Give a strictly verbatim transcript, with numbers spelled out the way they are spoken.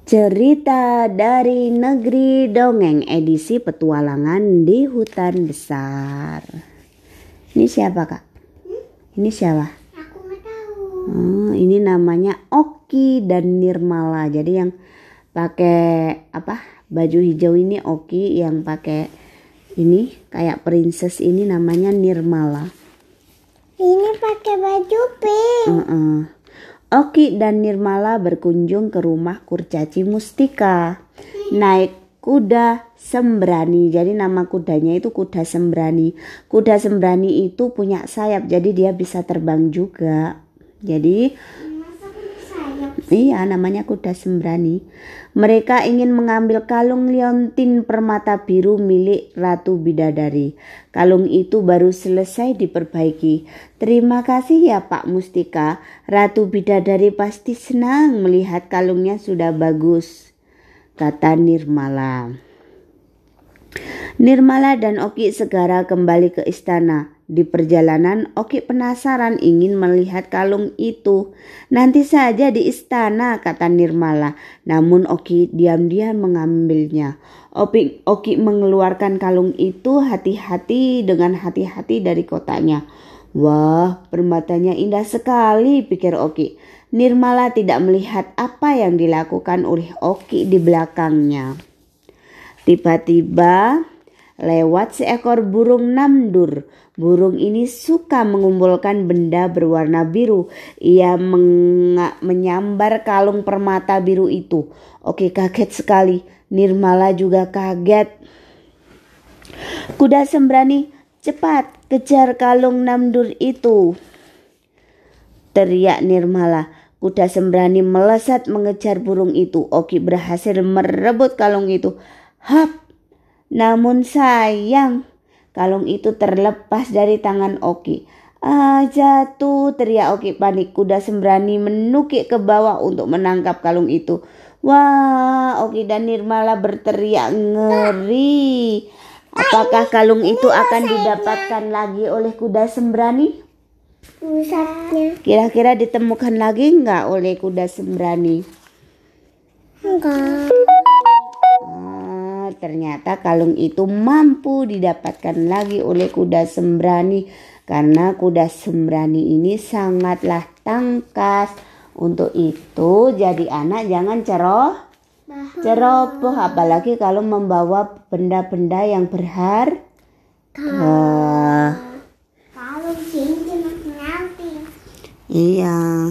Cerita dari Negeri Dongeng, edisi petualangan di hutan besar. Ini siapa, Kak? Ini siapa? Aku nggak tahu. Oh, ini namanya Oki dan Nirmala. Jadi yang pakai apa? Baju hijau ini Oki, yang pakai ini kayak princess ini namanya Nirmala. Ini pakai baju pink. Uh-uh. Oki dan Nirmala berkunjung ke rumah kurcaci Mustika. Naik kuda sembrani. Jadi nama kudanya itu kuda sembrani. Kuda sembrani itu punya sayap, jadi dia bisa terbang juga. Jadi Masa punya sayap? iya, namanya kuda sembrani. Mereka ingin mengambil kalung liontin permata biru milik Ratu Bidadari. Kalung itu baru selesai diperbaiki. Terima kasih ya Pak Mustika. Ratu Bidadari pasti senang melihat kalungnya sudah bagus, kata Nirmala. Nirmala dan Oki segera kembali ke istana. Di perjalanan, Oki penasaran ingin melihat kalung itu. Nanti saja di istana, kata Nirmala. Namun Oki diam-diam mengambilnya. Oki, Oki mengeluarkan kalung itu hati-hati dengan hati-hati dari kotaknya. Wah, permatanya indah sekali, pikir Oki. Nirmala tidak melihat apa yang dilakukan oleh Oki di belakangnya. Tiba-tiba lewat seekor burung namdur. Burung ini suka mengumpulkan benda berwarna biru. Ia meng- menyambar kalung permata biru itu. Oke, kaget sekali. Nirmala juga kaget. Kuda sembrani, cepat kejar kalung namdur itu, teriak Nirmala. Kuda sembrani melesat mengejar burung itu. Oki berhasil merebut kalung itu. Hap! Namun sayang, kalung itu terlepas dari tangan Oki. Ah, jatuh, teriak Oki panik. Kuda sembrani menukik ke bawah untuk menangkap kalung itu. Wah, Oki dan Nirmala berteriak ngeri. Apakah kalung itu akan didapatkan lagi oleh kuda sembrani? Pusatnya Kira-kira ditemukan lagi enggak oleh kuda sembrani? enggak. Ah, ternyata kalung itu mampu didapatkan lagi oleh kuda sembrani, karena kuda sembrani ini sangatlah tangkas. Untuk itu jadi anak jangan ceroh ceroboh, apalagi kalau membawa benda-benda yang berharga. Kalau cincin nanti. Iya.